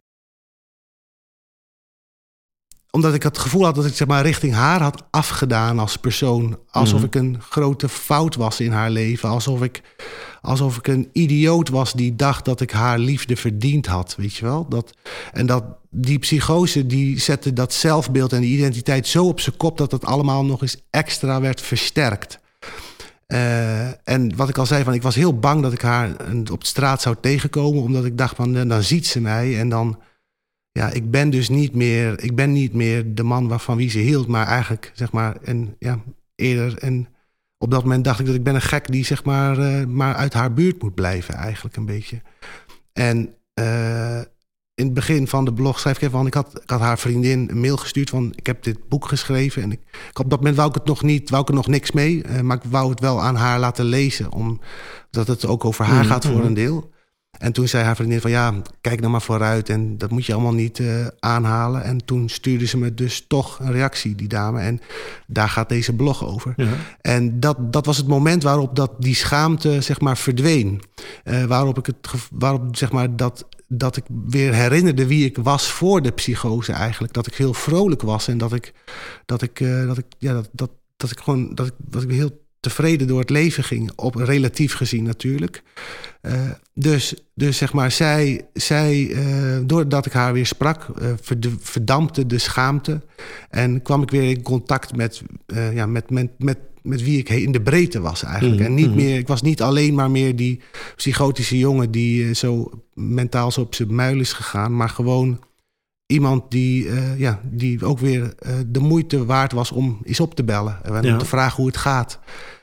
Omdat ik het gevoel had dat ik zeg maar, richting haar had afgedaan als persoon. Alsof mm-hmm. ik een grote fout was in haar leven. Alsof ik, alsof ik een idioot was die dacht dat ik haar liefde verdiend had. Weet je wel? Dat, en dat, die psychose die zette dat zelfbeeld en die identiteit zo op zijn kop... dat het allemaal nog eens extra werd versterkt. Uh, en wat ik al zei, van, ik was heel bang dat ik haar op de straat zou tegenkomen... omdat ik dacht, van, dan ziet ze mij en dan... Ja, ik ben dus niet meer, ik ben niet meer de man waarvan wie ze hield, maar eigenlijk, zeg maar, en ja, eerder. En op dat moment dacht ik dat ik ben een gek die, zeg maar, uh, maar uit haar buurt moet blijven, eigenlijk een beetje. En uh, in het begin van de blog schrijf ik even, want ik had, ik had haar vriendin een mail gestuurd van, ik heb dit boek geschreven en ik, ik op dat moment wou ik het nog niet, wou ik er nog niks mee, uh, maar ik wou het wel aan haar laten lezen, omdat het ook over haar gaat voor een deel. En toen zei haar vriendin van ja, kijk nou maar vooruit en dat moet je allemaal niet uh, aanhalen. En toen stuurde ze me dus toch een reactie, die dame. En daar gaat deze blog over. Ja. En dat, dat was het moment waarop dat die schaamte zeg maar verdween. Uh, waarop ik het waarop zeg maar dat, dat ik weer herinnerde wie ik was voor de psychose eigenlijk. Dat ik heel vrolijk was en dat ik dat ik uh, dat ik ja dat, dat, dat ik gewoon dat ik dat ik heel tevreden door het leven ging, op relatief gezien natuurlijk. Uh, dus, dus zeg maar, zij, zij uh, doordat ik haar weer sprak, uh, verdampte de schaamte en kwam ik weer in contact met, uh, ja, met, met, met, met wie ik in de breedte was eigenlijk. Mm-hmm. En niet meer, ik was niet alleen maar meer die psychotische jongen die uh, zo mentaal zo op zijn muil is gegaan, maar gewoon iemand die, uh, ja, die ook weer uh, de moeite waard was om eens op te bellen. En ja. om te vragen hoe het gaat.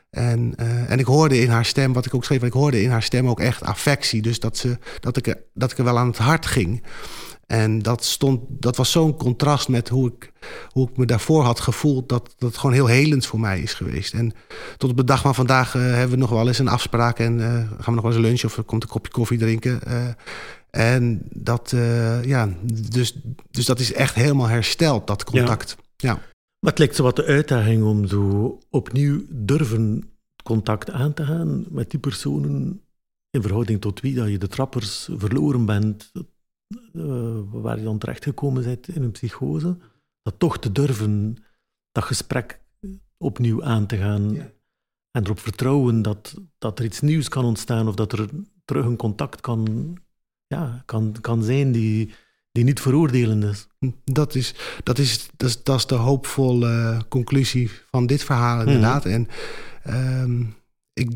En, uh, en ik hoorde in haar stem, wat ik ook schreef, ik hoorde in haar stem ook echt affectie. Dus dat, ze, dat, ik, er, dat ik er wel aan het hart ging. En dat, stond, dat was zo'n contrast met hoe ik, hoe ik me daarvoor had gevoeld, dat dat gewoon heel helend voor mij is geweest. En tot op de dag van vandaag uh, hebben we nog wel eens een afspraak en uh, gaan we nog wel eens lunchen of er komt een kopje koffie drinken. Uh, en dat, uh, ja, dus, dus dat is echt helemaal hersteld, dat contact. Ja. Ja. Maar het lijkt zo wat de uitdaging om zo opnieuw durven contact aan te gaan met die personen in verhouding tot wie dat je de trappers verloren bent, uh, waar je dan terechtgekomen bent in een psychose, dat toch te durven dat gesprek opnieuw aan te gaan ja. en erop vertrouwen dat, dat er iets nieuws kan ontstaan of dat er terug een contact kan, ja, kan, kan zijn die, die niet veroordelend is. Dat is, dat is, dat is, dat is de hoopvolle conclusie van dit verhaal inderdaad. Mm-hmm. En um, ik...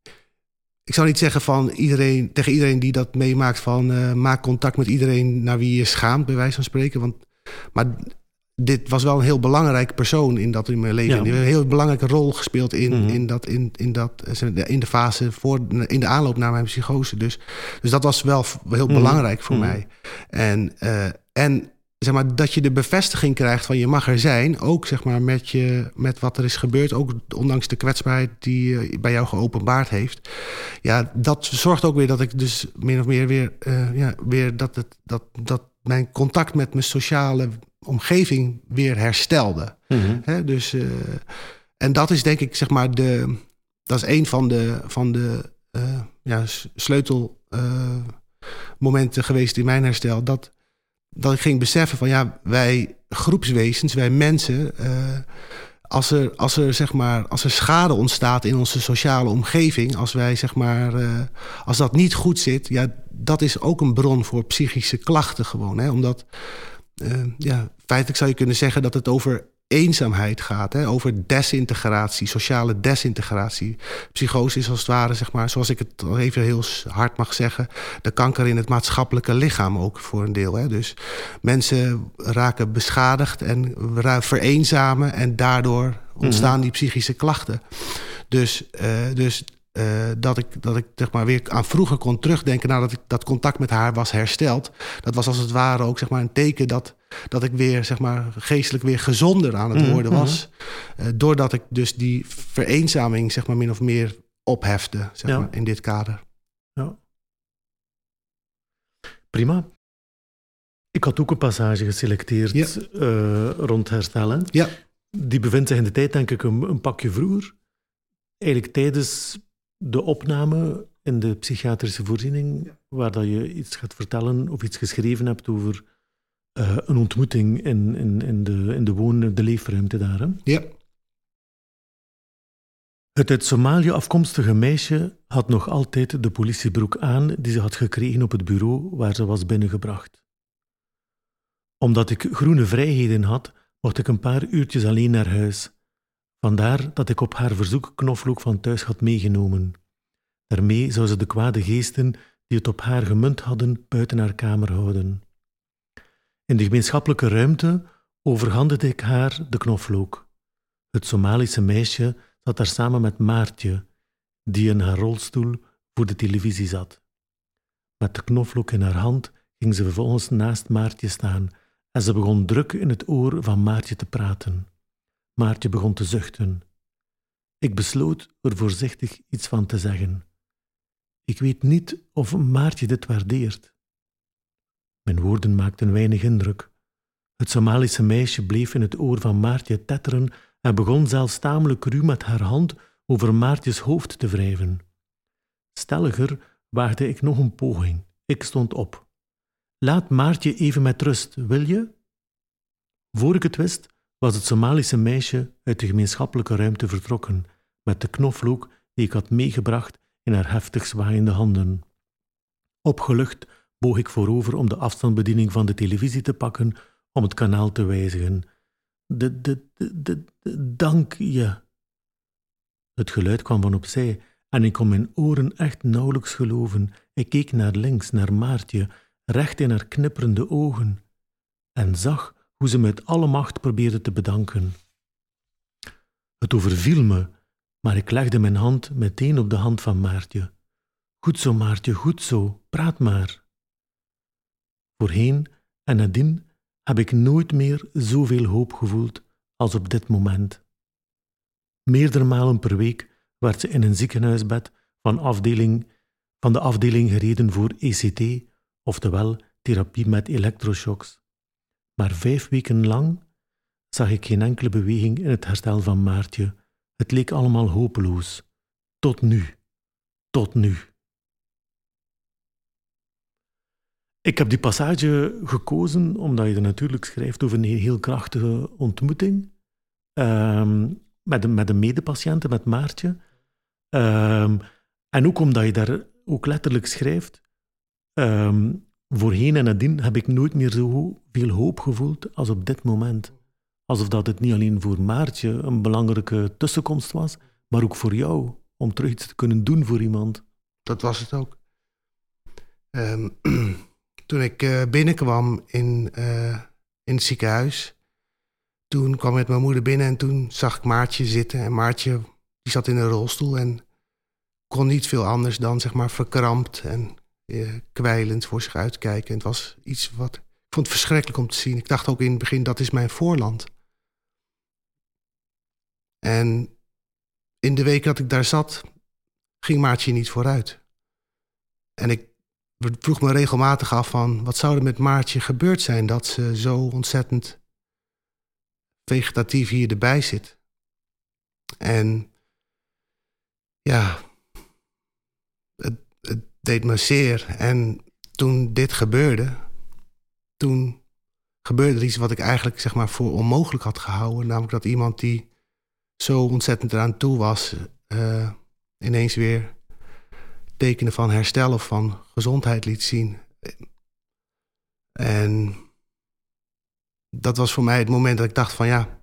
Ik zou niet zeggen van iedereen, tegen iedereen die dat meemaakt van uh, maak contact met iedereen naar wie je schaamt, bij wijze van spreken. Want, maar dit was wel een heel belangrijke persoon in dat in mijn leven. Ja. Die heeft een heel belangrijke rol gespeeld in, mm-hmm. in, dat, in, in, dat, in de fase voor, in de aanloop naar mijn psychose. Dus, dus dat was wel heel mm-hmm. belangrijk voor mm-hmm. mij. En, uh, en zeg maar, dat je de bevestiging krijgt van je mag er zijn, ook zeg maar, met, je, met wat er is gebeurd, ook ondanks de kwetsbaarheid die uh, bij jou geopenbaard heeft. Ja, dat zorgt ook weer dat ik dus min of meer weer, uh, ja, weer dat, het, dat, dat mijn contact met mijn sociale omgeving weer herstelde. Mm-hmm. He, dus, uh, en dat is denk ik, zeg maar, de, dat is een van de, van de uh, ja, sleutelmomenten uh, geweest in mijn herstel, dat dat ik ging beseffen van ja, wij groepswezens, wij mensen, uh, als er, als er zeg maar, als er schade ontstaat in onze sociale omgeving, als wij zeg maar, uh, als dat niet goed zit, ja, dat is ook een bron voor psychische klachten gewoon, hè, omdat, uh, ja, feitelijk zou je kunnen zeggen dat het over eenzaamheid gaat, hè, over desintegratie, sociale desintegratie. Psychose is als het ware, zeg maar, zoals ik het even heel hard mag zeggen, de kanker in het maatschappelijke lichaam ook voor een deel. Hè. Dus mensen raken beschadigd en vereenzamen en daardoor ontstaan mm-hmm. die psychische klachten. Dus, uh, dus uh, dat ik, dat ik zeg maar, weer aan vroeger kon terugdenken nadat ik dat contact met haar was hersteld. Dat was als het ware ook zeg maar, een teken dat dat ik weer, zeg maar, geestelijk weer gezonder aan het worden was. Mm-hmm. Uh, doordat ik dus die vereenzaming, zeg maar, min of meer ophefte, zeg ja. maar, in dit kader. Ja. Prima. Ik had ook een passage geselecteerd ja. uh, rond herstellen. Ja. Die bevindt zich in de tijd, denk ik, een, een pakje vroeger. Eigenlijk tijdens de opname in de psychiatrische voorziening, ja. waar dat je iets gaat vertellen of iets geschreven hebt over Uh, een ontmoeting in, in, in, de, in de woon- de leefruimte daar. Hè? Ja. Het uit Somalië afkomstige meisje had nog altijd de politiebroek aan die ze had gekregen op het bureau waar ze was binnengebracht. Omdat ik groene vrijheden had, mocht ik een paar uurtjes alleen naar huis. Vandaar dat ik op haar verzoek knoflook van thuis had meegenomen. Daarmee zou ze de kwade geesten die het op haar gemunt hadden buiten haar kamer houden. In de gemeenschappelijke ruimte overhandigde ik haar de knoflook. Het Somalische meisje zat daar samen met Maartje, die in haar rolstoel voor de televisie zat. Met de knoflook in haar hand ging ze vervolgens naast Maartje staan en ze begon druk in het oor van Maartje te praten. Maartje begon te zuchten. Ik besloot er voorzichtig iets van te zeggen. Ik weet niet of Maartje dit waardeert. Mijn woorden maakten weinig indruk. Het Somalische meisje bleef in het oor van Maartje tetteren en begon zelfs tamelijk ruw met haar hand over Maartjes hoofd te wrijven. Stelliger waagde ik nog een poging. Ik stond op. Laat Maartje even met rust, wil je? Voor ik het wist, was het Somalische meisje uit de gemeenschappelijke ruimte vertrokken, met de knoflook die ik had meegebracht in haar heftig zwaaiende handen. Opgelucht boog ik voorover om de afstandsbediening van de televisie te pakken om het kanaal te wijzigen. De, de, de, de, de, dank je. Het geluid kwam van opzij en ik kon mijn oren echt nauwelijks geloven. Ik keek naar links, naar Maartje, recht in haar knipperende ogen en zag hoe ze met alle macht probeerde te bedanken. Het overviel me maar ik legde mijn hand meteen op de hand van Maartje. Goed zo, Maartje, goed zo, praat maar. Voorheen en nadien heb ik nooit meer zoveel hoop gevoeld als op dit moment. Meerdere malen per week werd ze in een ziekenhuisbed van, afdeling, van de afdeling gereden voor E C T, oftewel therapie met elektroshocks. Maar vijf weken lang zag ik geen enkele beweging in het herstel van Maartje. Het leek allemaal hopeloos. Tot nu. Tot nu. Ik heb die passage gekozen omdat je er natuurlijk schrijft over een heel krachtige ontmoeting um, met, een, met een medepatiënte, met Maartje. Um, en ook omdat je daar ook letterlijk schrijft, um, voorheen en nadien heb ik nooit meer zoveel hoop gevoeld als op dit moment. Alsof dat het niet alleen voor Maartje een belangrijke tussenkomst was, maar ook voor jou, om terug iets te kunnen doen voor iemand. Dat was het ook. Um, toen ik uh, binnenkwam in, uh, in het ziekenhuis, toen kwam ik met mijn moeder binnen en toen zag ik Maartje zitten. En Maartje die zat in een rolstoel en kon niet veel anders dan zeg maar verkrampt en uh, kwijlend voor zich uitkijken. En het was iets wat... Ik vond het verschrikkelijk om te zien. Ik dacht ook in het begin, dat is mijn voorland. En in de week dat ik daar zat, ging Maartje niet vooruit. En ik vroeg me regelmatig af van, wat zou er met Maartje gebeurd zijn dat ze zo ontzettend vegetatief hier erbij zit. En ja, het, het deed me zeer. En toen dit gebeurde, toen gebeurde er iets wat ik eigenlijk zeg maar voor onmogelijk had gehouden. Namelijk dat iemand die zo ontzettend eraan toe was, uh, ineens weer tekenen van herstel of van gezondheid liet zien. En dat was voor mij het moment dat ik dacht van ja,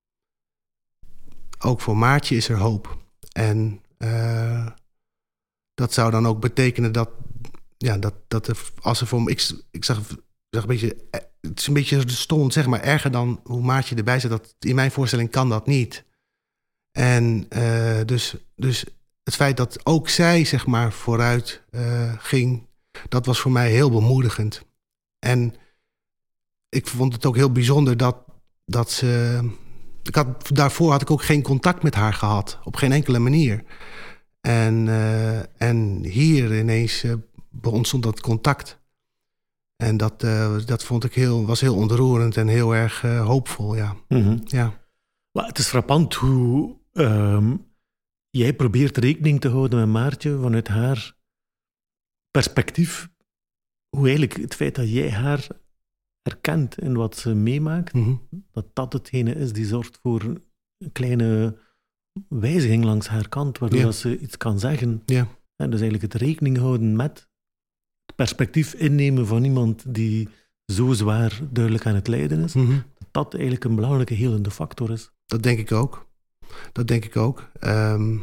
ook voor Maartje is er hoop. En uh, dat zou dan ook betekenen dat, ja, dat, dat er, als er voor me, ik, ik zag, zag een beetje, het is een beetje stom, zeg maar, erger dan hoe Maartje erbij zit. Dat, in mijn voorstelling kan dat niet. En uh, dus, dus het feit dat ook zij, zeg maar, vooruit uh, ging, dat was voor mij heel bemoedigend. En ik vond het ook heel bijzonder dat, dat ze... Ik had, daarvoor had ik ook geen contact met haar gehad, op geen enkele manier. En, uh, en hier ineens uh, ontstond dat contact. En dat, uh, dat vond ik heel, was heel ontroerend en heel erg uh, hoopvol, ja. Mm-hmm. Ja. Maar het is frappant hoe uh, jij probeert rekening te houden met Maartje vanuit haar perspectief. Hoe eigenlijk het feit dat jij haar herkent in wat ze meemaakt, Mm-hmm. dat dat hetgene is die zorgt voor een kleine wijziging langs haar kant, waardoor ja. dat ze iets kan zeggen. Ja. En dus eigenlijk het rekening houden met het perspectief innemen van iemand die zo zwaar duidelijk aan het lijden is, Mm-hmm. dat dat eigenlijk een belangrijke helende factor is. Dat denk ik ook. Dat denk ik ook. Um,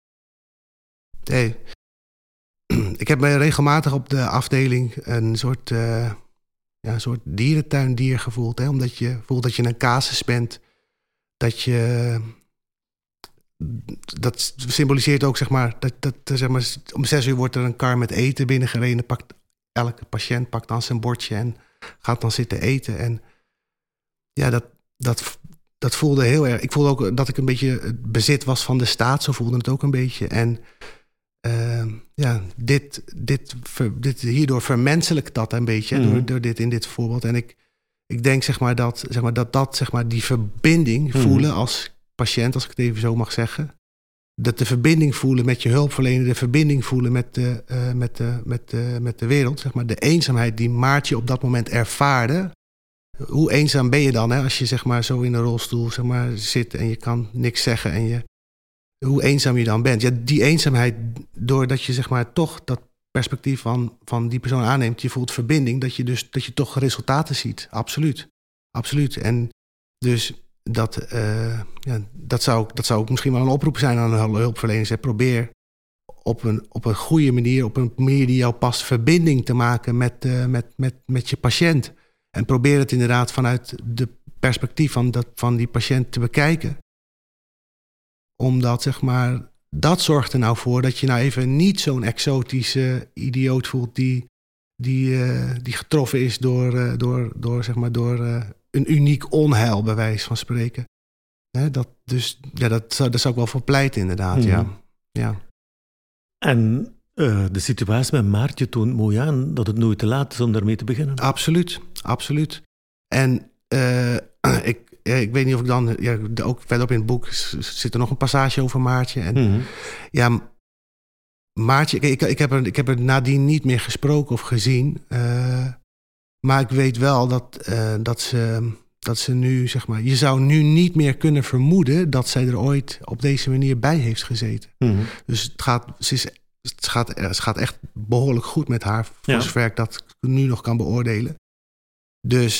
hey. Ik heb me regelmatig op de afdeling een soort, uh, ja, een soort dierentuindier gevoeld. Hè? Omdat je voelt dat je een casus bent. Dat je... Dat symboliseert ook, zeg maar, dat, dat zeg maar, om zes uur wordt er een kar met eten binnengereden. Pakt, elke patiënt pakt dan zijn bordje en gaat dan zitten eten. En ja, dat, dat, dat voelde heel erg... Ik voelde ook dat ik een beetje het bezit was van de staat. Zo voelde het ook een beetje. En uh, ja, dit, dit, ver, dit hierdoor vermenselijkt dat een beetje, mm-hmm. door, door dit in dit voorbeeld. En ik, ik denk, zeg maar, dat, zeg maar, dat, dat zeg maar, die verbinding mm-hmm. voelen als patiënt, als ik het even zo mag zeggen. Dat de verbinding voelen met je hulpverlener, de verbinding voelen met de, uh, met de, met de, met de wereld. Zeg maar, de eenzaamheid die Maartje op dat moment ervaarde. Hoe eenzaam ben je dan, hè, als je zeg maar, zo in een rolstoel zeg maar, zit en je kan niks zeggen. En je, hoe eenzaam je dan bent. Ja, die eenzaamheid, doordat je zeg maar, toch dat perspectief van, van die persoon aanneemt, je voelt verbinding, dat je dus dat je toch resultaten ziet. Absoluut. Absoluut. En dus dat, uh, ja, dat, zou, dat zou ook misschien wel een oproep zijn aan de hulpverleners. Hè. Probeer op een, op een goede manier, op een manier die jou past, verbinding te maken met, uh, met, met, met je patiënt. En probeer het inderdaad vanuit de perspectief van, dat, van die patiënt te bekijken. Omdat, zeg maar, dat zorgt er nou voor dat je nou even niet zo'n exotische idioot voelt die, die, uh, die getroffen is door, uh, door, door, zeg maar, door uh, een uniek onheil, bij wijze van spreken. Hè, dat, dus ja, dat, zou, dat zou ik wel voor pleiten, inderdaad. Mm. Ja. Ja. En uh, de situatie met Maartje toont mooi aan dat het nooit te laat is om daarmee te beginnen. Absoluut, absoluut. En uh, ik, ik weet niet of ik dan... Ja, ook verderop in het boek zit er nog een passage over Maartje. En mm-hmm. ja, Maartje... Ik, ik, heb er, ik heb er nadien niet meer gesproken of gezien. Uh, maar ik weet wel dat, uh, dat, ze, dat ze nu, zeg maar... Je zou nu niet meer kunnen vermoeden dat zij er ooit op deze manier bij heeft gezeten. Mm-hmm. Dus het gaat, ze is, het, gaat, het gaat echt behoorlijk goed met haar. Voor ja. zover ik dat nu nog kan beoordelen. Dus...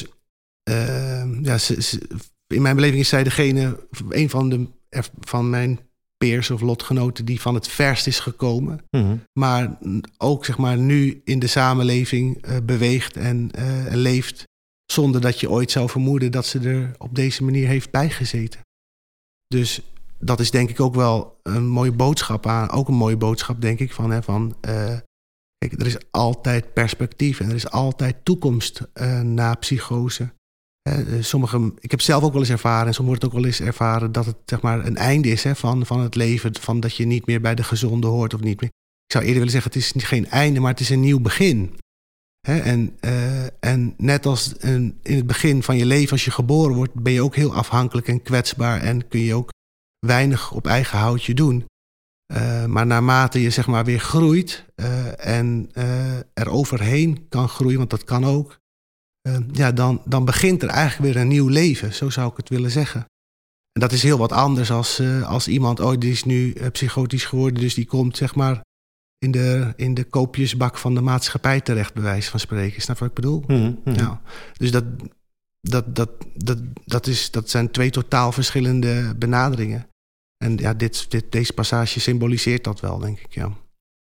Uh, ja, ze, ze, in mijn beleving is zij degene, een van, de, van mijn peers of lotgenoten die van het verst is gekomen. Mm-hmm. Maar ook, zeg maar, nu in de samenleving uh, beweegt en, uh, en leeft zonder dat je ooit zou vermoeden dat ze er op deze manier heeft bijgezeten. Dus dat is denk ik ook wel een mooie boodschap aan. Ook een mooie boodschap, denk ik, van... Hè, van uh, kijk, er is altijd perspectief en er is altijd toekomst uh, na psychose. Uh, sommige, ik heb zelf ook wel eens ervaren, en soms wordt het ook wel eens ervaren dat het, zeg maar, een einde is, hè, van, van het leven, van dat je niet meer bij de gezonde hoort of niet meer. Ik zou eerder willen zeggen, het is geen einde, maar het is een nieuw begin. Hè, en, uh, en net als een, in het begin van je leven, als je geboren wordt, ben je ook heel afhankelijk en kwetsbaar en kun je ook weinig op eigen houtje doen. Uh, maar naarmate je, zeg maar, weer groeit uh, en uh, er overheen kan groeien, want dat kan ook, uh, ja, dan, dan begint er eigenlijk weer een nieuw leven. Zo zou ik het willen zeggen. En dat is heel wat anders als, uh, als iemand, oh, die is nu uh, psychotisch geworden, dus die komt, zeg maar, in de, in de koopjesbak van de maatschappij terecht, bij wijze van spreken. Snap je wat ik bedoel? Mm-hmm. Nou, dus dat, dat, dat, dat, dat, is, dat zijn twee totaal verschillende benaderingen. En ja, dit, dit, deze passage symboliseert dat wel, denk ik, ja.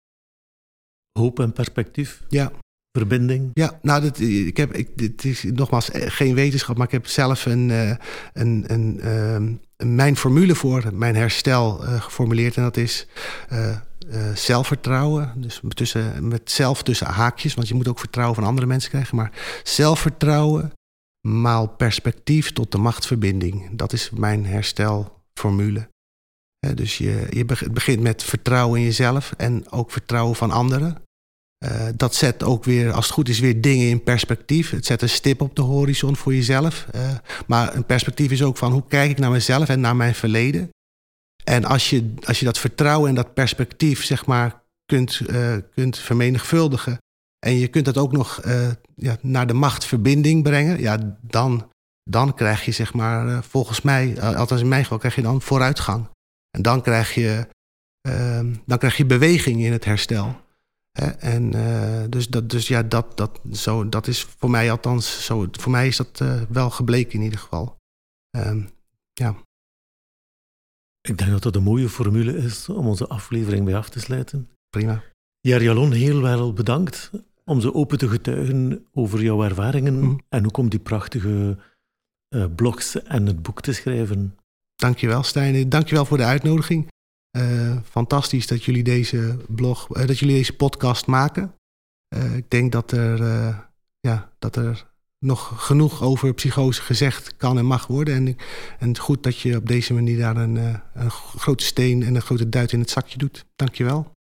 Hoop en perspectief. Ja. Verbinding. Ja, nou, dit, ik heb, ik, dit is nogmaals geen wetenschap, maar ik heb zelf een, uh, een, een, uh, mijn formule voor mijn herstel uh, geformuleerd. En dat is uh, uh, zelfvertrouwen. Dus tussen, met zelf tussen haakjes, want je moet ook vertrouwen van andere mensen krijgen. Maar zelfvertrouwen maal perspectief tot de machtsverbinding. Dat is mijn herstelformule. Uh, dus je, je begint met vertrouwen in jezelf en ook vertrouwen van anderen. Uh, dat zet ook weer, als het goed is, weer dingen in perspectief. Het zet een stip op de horizon voor jezelf. Uh, maar een perspectief is ook van, hoe kijk ik naar mezelf en naar mijn verleden? En als je, als je dat vertrouwen en dat perspectief, zeg maar, kunt, uh, kunt vermenigvuldigen, en je kunt dat ook nog uh, ja, naar de machtverbinding brengen, ja, dan, dan krijg je, zeg maar, uh, volgens mij, uh, althans in mijn geval, krijg je dan vooruitgang. En dan krijg je, uh, dan krijg je beweging in het herstel. He, en uh, dus, dat, dus ja, dat, dat, zo, dat is voor mij althans, zo, voor mij is dat uh, wel gebleken in ieder geval. Um, ja. Ik denk dat dat een mooie formule is om onze aflevering bij af te sluiten. Prima. Jarjalon, heel wel bedankt om zo open te getuigen over jouw ervaringen mm. en ook om die prachtige uh, blogs en het boek te schrijven. Dankjewel, Stijn. Dankjewel voor de uitnodiging. Uh, fantastisch dat jullie deze blog, uh, dat jullie deze podcast maken. Uh, ik denk dat er, uh, ja, dat er nog genoeg over psychose gezegd kan en mag worden. En, en goed dat je op deze manier daar een, uh, een grote steen en een grote duit in het zakje doet. Dankjewel.